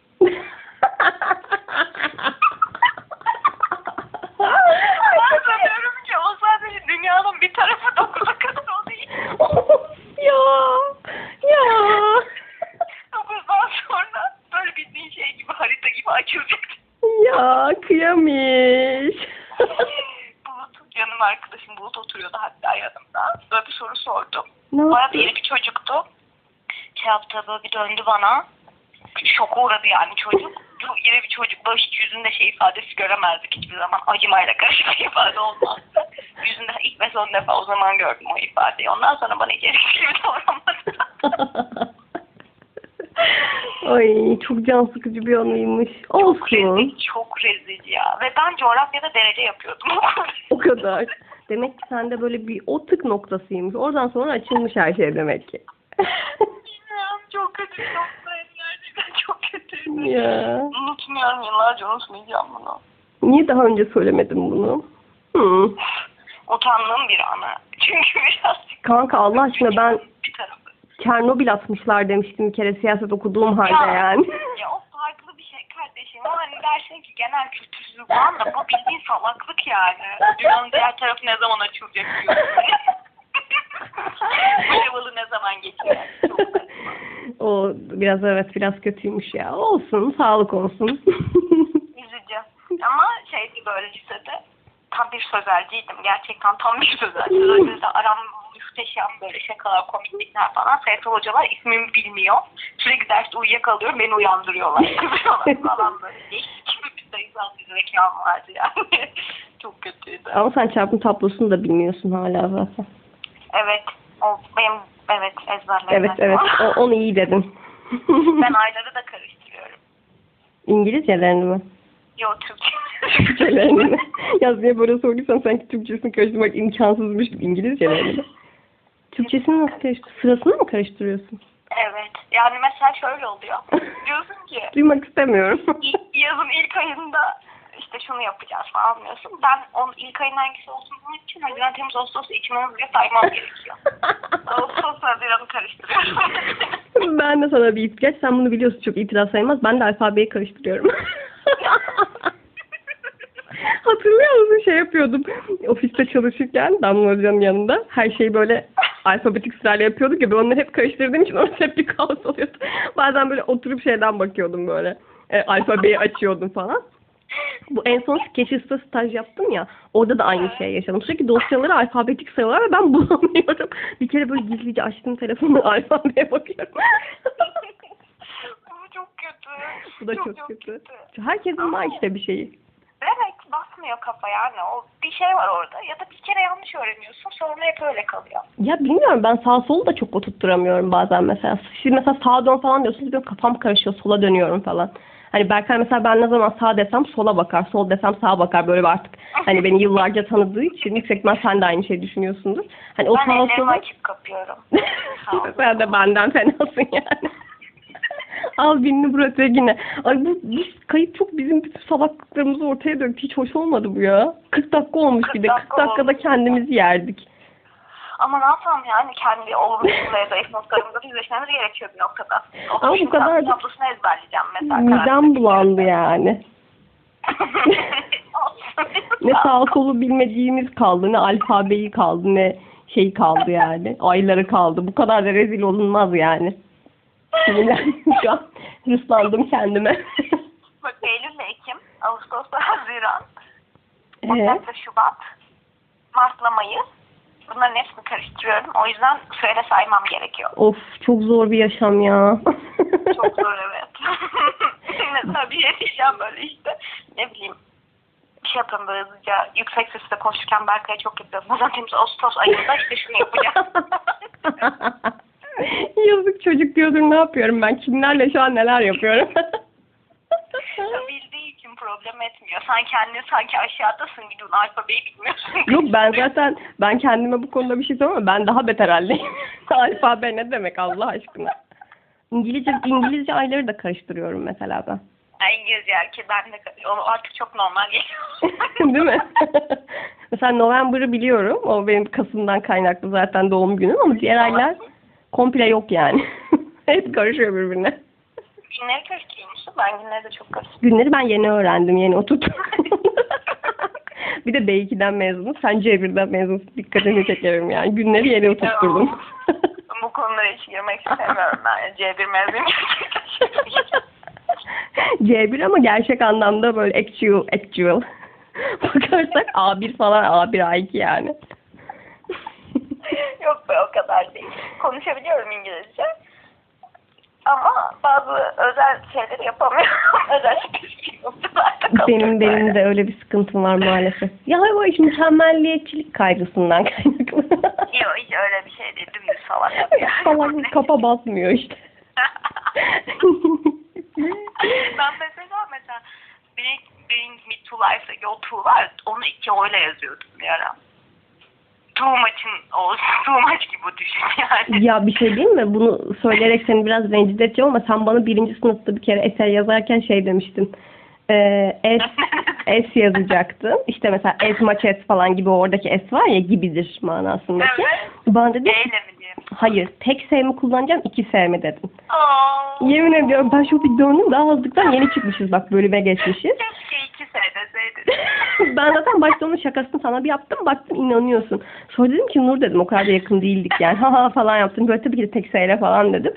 Ben sanıyorum ki o sadece dünyanın bir tarafı dokuza kadar o değil. Ya. Ya. Dokuzdan sonra böyle bildiğin şey gibi harita gibi açılacak. Ya kıyamış. Bulut, canım arkadaşım Bulut oturuyordu hatta yanımda. Böyle bir soru sordum. Ne Bayağı yaptı? bir bir çocuktu. Şey yaptı böyle bir döndü bana. Bir şoka uğradı yani çocuk. Bu yine bir çocuk böyle hiç yüzünde şey ifadesi göremezdik hiçbir zaman. Acımayla karışık bir ifade olmazdı. Yüzünde ilk ve son defa o zaman gördüm o ifadeyi. Ondan sonra bana hiç erişik gibi davranmadı. Ay çok can sıkıcı bir anıymış. Çok Olsun. rezil, çok rezil ya. Ve ben coğrafyada derece yapıyordum. O kadar. Demek ki sende böyle bir o tık noktasıymış. Oradan sonra açılmış her şey demek ki. Bilmiyorum çok kötü bir noktaydı gerçekten çok kötüydü. Ya. Unutmuyorum yıllarca unutmayacağım bunu. Niye daha önce söylemedim bunu? Hmm. Utandığım bir anı. Çünkü birazcık... Kanka Allah aşkına ben Bir tarafı. Çernobil atmışlar demiştim bir kere siyaset okuduğum halde yani. Ya o farklı bir şey kardeşim. O hani dersin ki genel kültürsüzlük falan da bu bildiğin salaklık yani. Dünyanın diğer tarafı ne zaman açılacak diyorsun. Bu level'ı ne zaman geçecek? O biraz evet biraz kötüymüş ya. Olsun sağlık olsun. Üzücü. Ama şeydi böyle lisede tam bir sözelciydim. Gerçekten tam bir sözelci. Sözelcide aram muhteşem böyle şakalar, komiklikler falan. Sayısal hocalar ismimi bilmiyor. Sürekli derste uyuyakalıyorum. Beni uyandırıyorlar. Kızıyorlar falan böyle. Değişik gibi bir sayısal bir zekam vardı yani. Çok kötüydü. Ama sen çarpım tablosunu da bilmiyorsun hala zaten. Evet. O benim evet ezberlerim. Evet evet o, onu iyi dedin. Ben ayları da karıştırıyorum. İngilizcelerini mi? Yok Türkçe. Türkçelerini mi? Yaz niye böyle sorduysan sanki Türkçesini karıştırmak imkansızmış gibi İngilizcelerini mi? Türkçesini nasıl karıştırıyorsun? Sırasını mı karıştırıyorsun? Evet. Yani mesela şöyle oluyor. Diyorsun ki Duymak istemiyorum. İ- yazın ilk ayında işte şunu yapacağız falan diyorsun. Ben onun ilk ayın hangisi olduğunu bulmak için Haziran, Temmuz, Ağustos, Ekim, Eylül bile saymam gerekiyor. Ağustos Haziran'ı karıştırıyorum. Ben de sana bir ihtiyaç. Sen bunu biliyorsun, çok itiraz sayılmaz. Ben de alfabeyi karıştırıyorum. Hatırlıyor musun, şey yapıyordum ofiste çalışırken Damla Hoca'nın yanında, her şeyi böyle alfabetik sırayla yapıyorduk ya, ben onları hep karıştırdığım için orası hep bir kaos oluyordu. Bazen böyle oturup şeyden bakıyordum, böyle e, alfabeyi açıyordum falan. Bu en son Sketchers'ta staj yaptım ya, orada da aynı şeyi yaşadım. Sürekli dosyaları alfabetik sayıyorlar ve ben bulamıyorum. Bir kere böyle gizlice açtım telefonu, alfabeye bakıyorum. Bu çok kötü. Bu da çok, çok, çok kötü. kötü. Herkesin var işte bir şeyi. Evet, basmıyor kafa yani. O bir şey var orada. Ya da bir kere yanlış öğreniyorsun, sonra hep öyle kalıyor. Ya bilmiyorum, ben sağ solu da çok oturtturamıyorum bazen mesela. Şimdi mesela sağa dön falan diyorsunuz, benim kafam karışıyor, sola dönüyorum falan. Hani Berkay mesela, ben ne zaman sağ desem sola bakar, sol desem sağa bakar, böyle artık hani beni yıllarca tanıdığı için yüksek ihtimal sen de aynı şey düşünüyorsundur. Hani o ben sağ ellerimi sola... açıp kapıyorum. Sen de benden fenasın yani. Al birini Murat yine. Ay bu, bu kayıp çok bizim bütün salaklıklarımızı ortaya döktü. Hiç hoş olmadı bu ya. kırk dakika olmuş bir de. kırk dakikada kendimizi yerdik. Ama ne yapalım yani, kendi olumsuz ve zayıf noktalarımızla yüzleşmemiz gerekiyor bir noktada. Ama bu kadar da... tablosunu ezberleyeceğim mesela. Midem bulandı yani. Ne sağ solu bilmediğimiz kaldı, ne alfabeyi kaldı, ne şey kaldı yani. Ayları kaldı. Bu kadar da rezil olunmaz yani. Sinirlendim şu an. Hırslandım kendime. Bak, Eylül'le Ekim, Ağustos'la Haziran, Ee? Ocak'la Şubat, Mart'la Mayıs. Bunların hepsini karıştırıyorum. O yüzden süreyle saymam gerekiyor. Of, çok zor bir yaşam ya. Çok zor, evet. Mesela bir şey diyeceğim böyle işte. Ne bileyim. Bir şey yapıyorum böyle hızlıca. Yüksek sesle konuşurken Berkay'a çok yapıyorum. Haziran, Temmuz, Ağustos ayında işte şunu yapacağım. Yazık çocuk diyordur, ne yapıyorum ben? Kimlerle şu an neler yapıyorum? Bildiği için problem etmiyor. Sen kendini sanki aşağıdasın gibi, alfabeyi bilmiyorsun. Yok, ben zaten ben kendime bu konuda bir şey söylemiyorum. Ben daha beter haldeyim. Alfabe ne demek Allah aşkına? İngilizce İngilizce ayları da karıştırıyorum mesela ben. İngilizce ki ben de o artık çok normal geliyor. Değil mi? Mesela November'ı biliyorum. O benim Kasım'dan kaynaklı zaten doğum günüm, ama diğer aylar komple yok yani. Hep karışıyor birbirine. Günleri karıştırıyor musun? Ben günleri de çok karıştırıyorum. Günleri ben yeni öğrendim, yeni oturttum. Bir de B iki'den mezunum. Sen C bir'den mezunsun. Dikkatini çekerim yani. Günleri yeni oturtturdum. Bu konulara hiç girmek istemiyorum ben. C bir mezunuyum. C bir ama gerçek anlamda böyle actual, actual. Bakarsak A bir falan, A bir A iki yani. Yok be, o kadar değil. Konuşabiliyorum İngilizce. Ama bazı özel şeyleri yapamıyorum. özel spesifik noktalarda Benim benim de öyle bir sıkıntım var maalesef. Ya o iş mükemmelliyetçilik kaygısından kaynaklı. Yok, hiç öyle bir şey değil. Dümdüz salak. Salak, kafa basmıyor işte. Ben mesela mesela Bring, Bring Me To Life'daki o to var, onu iki oyla yazıyordum bir ara. Too much'ın o too much gibi düşün yani. Ya bir şey değil mi? Bunu söyleyerek seni biraz rencide edeceğim ama sen bana birinci sınıfta bir kere eser yazarken şey demiştin. Ee, S, S yazacaktın. İşte mesela as much as falan gibi, oradaki S var ya, gibidir manasındaki. Evet. Bana dedin Eyle mi diye. hayır, tek S mi kullanacağım, iki S mi dedin. Aa. Yemin ediyorum ben şu bir döndüm, daha hazırlıktan yeni çıkmışız, bak bölüme geçmişiz. Keşke iki sene deseydin. Ben zaten başta onun şakasını sana bir yaptım, baktım inanıyorsun. Sonra dedim ki Nur dedim, o kadar da yakın değildik yani, ha ha falan yaptım. Böyle tabii ki de tek S falan dedim.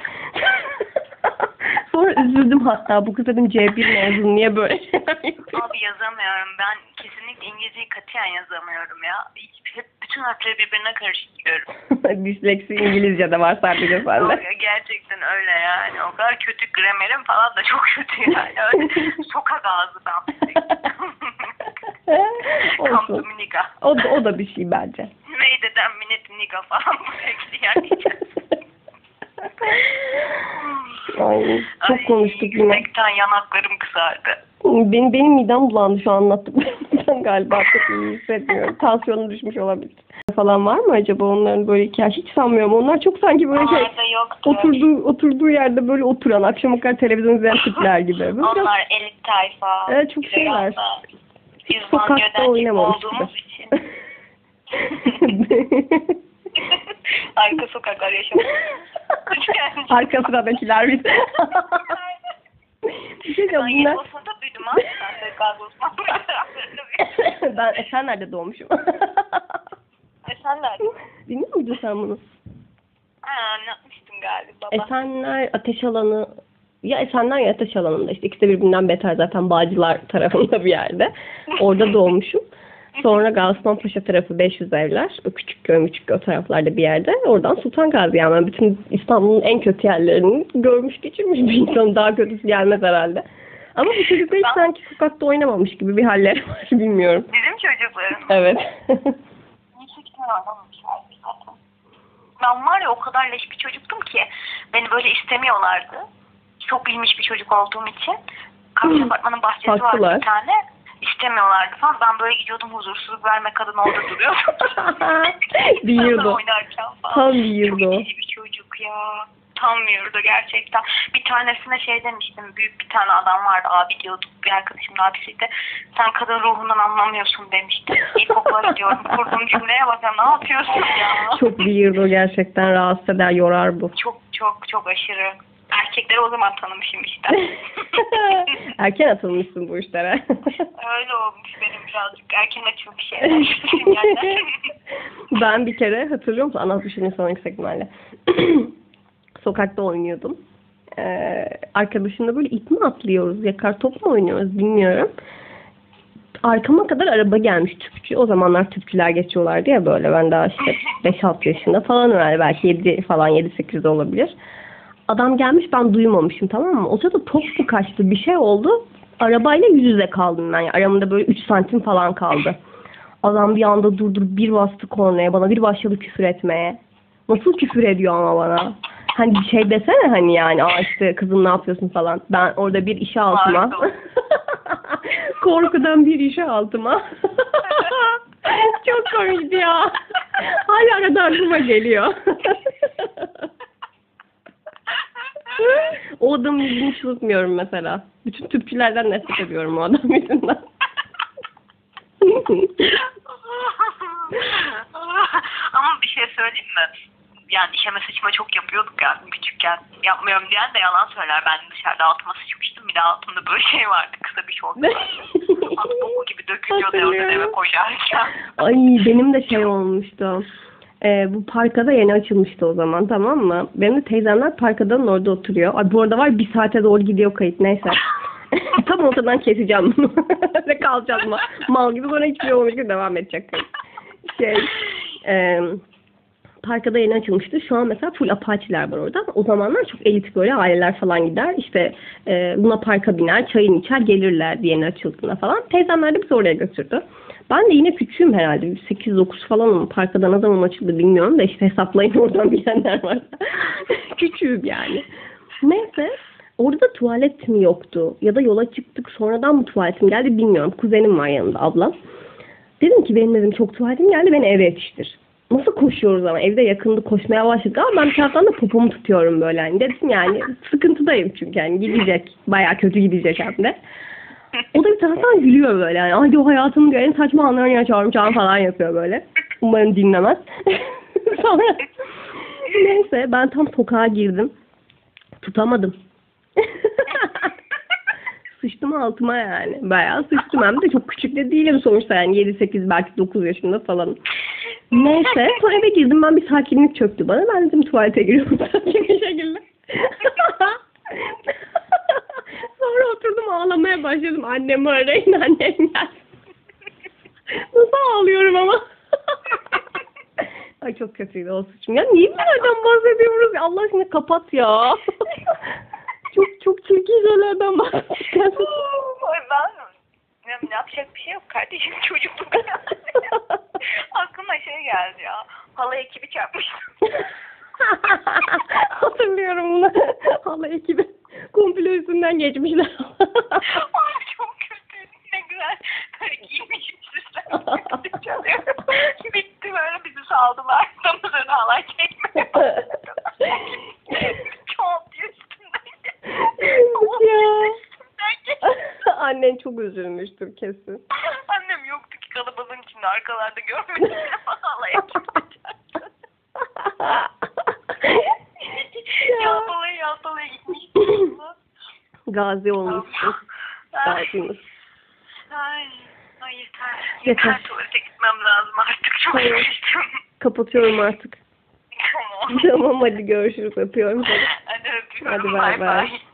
Sonra üzüldüm hatta, bu kız dedim C bir mezun, niye böyle şeyler yapıyor? Abi yazamıyorum, ben kesinlikle İngilizceyi katiyen yazamıyorum ya. Hiç, hep bütün harfleri birbirine karıştırıyorum. Disleksi İngilizce'de var sadece sende. Gerçekten öyle yani, o kadar kötü, gramerim falan da çok kötü yani. Öyle sokak ağzı ben. Come to Olsun. me nigga. O da, o da bir şey bence. Meyde'den minnet nigga falan bu şekilde yani. Ay, çok Ay, konuştuk yine. gülmekten yanaklarım kızardı. Benim, benim midem bulandı şu an anlattıklarımdan galiba, çok iyi hissetmiyorum. Tansiyonum düşmüş olabilir. falan var mı acaba onların böyle hikaye? Hiç sanmıyorum. Onlar çok sanki böyle şey Onlarda yoktur. oturduğu, oturduğu yerde böyle oturan akşama kadar televizyon izleyen tipler gibi. Böyle biraz- Onlar elit tayfa. Evet, çok şeyler. Biz Sokakta banyodan oynamamış olduğumuz gibi. için. Arka sokaklar yaşamak. Arka sıradakiler biz. Bir şey Ben diyeceğim, yedi bunlar... Osman'da büyüdüm abi. Ben de Gazi Osman taraflarında büyüdüm. Ben Esenler'de doğmuşum. E sen nerede? Bilmiyor muydun sen bunu? Ha, anlatmıştım galiba. Esenler ateş alanı, ya Esenler ya ateş alanında, işte ikisi de birbirinden beter zaten, Bağcılar tarafında bir yerde. Orada doğmuşum. Sonra Gaziosmanpaşa tarafı beş yüz evler. O küçük köy, küçük köy o taraflarda bir yerde. Oradan Sultan Gazi, yani bütün İstanbul'un en kötü yerlerini görmüş geçirmiş bir insan. Daha kötüsü gelmez herhalde. Ama bu çocuklar hiç sanki sokakta oynamamış gibi bir halleri var. Bilmiyorum. Bizim çocuklarım. Evet. Neyse ki oynamamışlar zaten. Ben var ya o kadar leş bir çocuktum ki beni böyle istemiyorlardı. Çok bilmiş bir çocuk olduğum için. Karşı apartmanın bahçesi vardı Haklılar. bir tane. İstemiyorlardı falan. Ben böyle gidiyordum, huzursuzluk verme kadın orada duruyordum. Bir yurdu. Oynarken falan. Tam bir yurdu. Çok iyi bir çocuk ya. Tam bir yurdu gerçekten. Bir tanesine şey demiştim. Büyük bir tane adam vardı, abi diyorduk. Bir arkadaşımın abisiydi. Sen kadın ruhundan anlamıyorsun demiştim. İlkokula gidiyorum. Kurduğum cümleye bak ya, ne yapıyorsun ya? Çok bir yurdu, gerçekten rahatsız eder, yorar bu. Çok çok çok aşırı. Erkekleri o zaman tanımışım işte. Erken atılmışsın bu işlere. Öyle olmuş benim birazcık. Erken açılmış şeyler. Ben bir kere, hatırlıyor musun? Anlatmışım sana yüksek ihtimalle. Sokakta oynuyordum. Ee, arkadaşımla böyle ip mi atlıyoruz, yakar top mu oynuyoruz bilmiyorum. Arkama kadar araba gelmiş, tüpçü. O zamanlar tüpçüler geçiyorlardı ya böyle. Ben daha işte beş altı yaşında falan herhalde. Belki yedi falan, yedi sekizde olabilir. Adam gelmiş, ben duymamışım, tamam mı? O sırada top mu kaçtı, bir şey oldu. Arabayla yüz yüze kaldım ben. Yani aramda böyle üç santim falan kaldı. Adam bir anda durdur bir bastı kornaya, bana bir başladı küfür etmeye. Nasıl küfür ediyor ama bana? Hani bir şey desene, hani yani aa işte kızım ne yapıyorsun falan. Ben orada bir işe altıma. Korkudan bir işe altıma. Çok komikti ya. Hala arada aklıma geliyor. O adamın yüzünü hiç unutmuyorum mesela. Bütün tüpçülerden nefret ediyorum o adam yüzünden. Ama bir şey söyleyeyim mi? Yani işeme sıçma çok yapıyorduk ya küçükken. Yapmıyorum diyen de yalan söyler. Ben dışarıda altıma sıçmıştım. Bir de altımda böyle şey vardı. Kısa bir şort vardı. At boku gibi dökülüyordu orada eve koşarken. Ay benim de şey olmuştu. Ee, bu parkada yeni açılmıştı o zaman, tamam mı? Benim de teyzemler parkadanın orada oturuyor. Ay bu arada var, bir saate doğru gidiyor kayıt, neyse. Tam ortadan keseceğim bunu. Ve kalacağız mı? Mal gibi, sonra hiçbir şey olmuş gibi devam edecek kayıt. Şey, e, parkada yeni açılmıştı. Şu an mesela full Apache'ler var orada. O zamanlar çok elit böyle aileler falan gider. İşte e, Luna Park'a biner, çayını içer, gelirler yeni açıldığında falan. Teyzemler de bizi oraya götürdü. Ben de yine küçüğüm herhalde. sekiz dokuz falanım. Parkada ne zaman açıldı bilmiyorum da işte hesaplayın oradan bilenler var. Küçüğüm yani. Neyse. Orada tuvalet mi yoktu? Ya da yola çıktık sonradan mı tuvaletim geldi bilmiyorum. Kuzenim var yanında, ablam. Dedim ki benim dedim çok tuvaletim geldi, beni eve yetiştir. Nasıl koşuyoruz ama, evde yakındı, koşmaya başladık ama ben bir taraftan da popomu tutuyorum böyle. Hani dedim yani sıkıntıdayım çünkü yani gidecek. Bayağı kötü gidecek hem de. O da bir taraftan gülüyor böyle yani. Ay o hayatımın en saçma anlarını yaşıyorum şu an falan yapıyor böyle. Umarım dinlemez. Sonra neyse ben tam sokağa girdim. Tutamadım. Sıçtım altıma yani. Bayağı sıçtım, hem de çok küçük de değilim sonuçta yani yedi sekiz belki dokuz yaşında falan. Neyse sonra eve girdim, ben bir sakinlik çöktü bana. Ben dedim tuvalete giriyorum sakin bir şekilde. Sonra oturdum ağlamaya başladım. Annemi arayın, annem gelsin. Nasıl ağlıyorum ama. Ay çok kötüydü o suçum. Ya niye bunlardan bahsediyoruz? Allah aşkına kapat ya. Çok çok çirkin şeylerden bahsediyoruz. Ben ya, yapacak bir şey yok kardeşim, çocukluk. Aklıma şey geldi ya. Hala ekibi çarpmıştım. Hatırlıyorum bunu. Hala ekibi komple üstünden geçmişler. Ay çok kötü. Ne güzel. Böyle giymişim süslenmişim. Bitti böyle, bizi saldılar. Tam üzerine halay çekmeye başladılar. Çok diye üstündeydi. Ya. Üstünden geçti. Annen çok üzülmüştür kesin. Annem yoktu ki kalabalığın içinde arkalarda görmedim. Halaya çıkacaktı. Yalpalaya yalpalaya gitmişti. Gazi olmuşsun. Gazimiz. Ay, ay yeter. Yeter. Yeter tuvalete gitmem lazım artık. Çok Tamam. sıkıştım. Kapatıyorum artık. Tamam. Tamam hadi görüşürüz. Öpüyorum seni. Hadi öpüyorum. Hadi bay bay.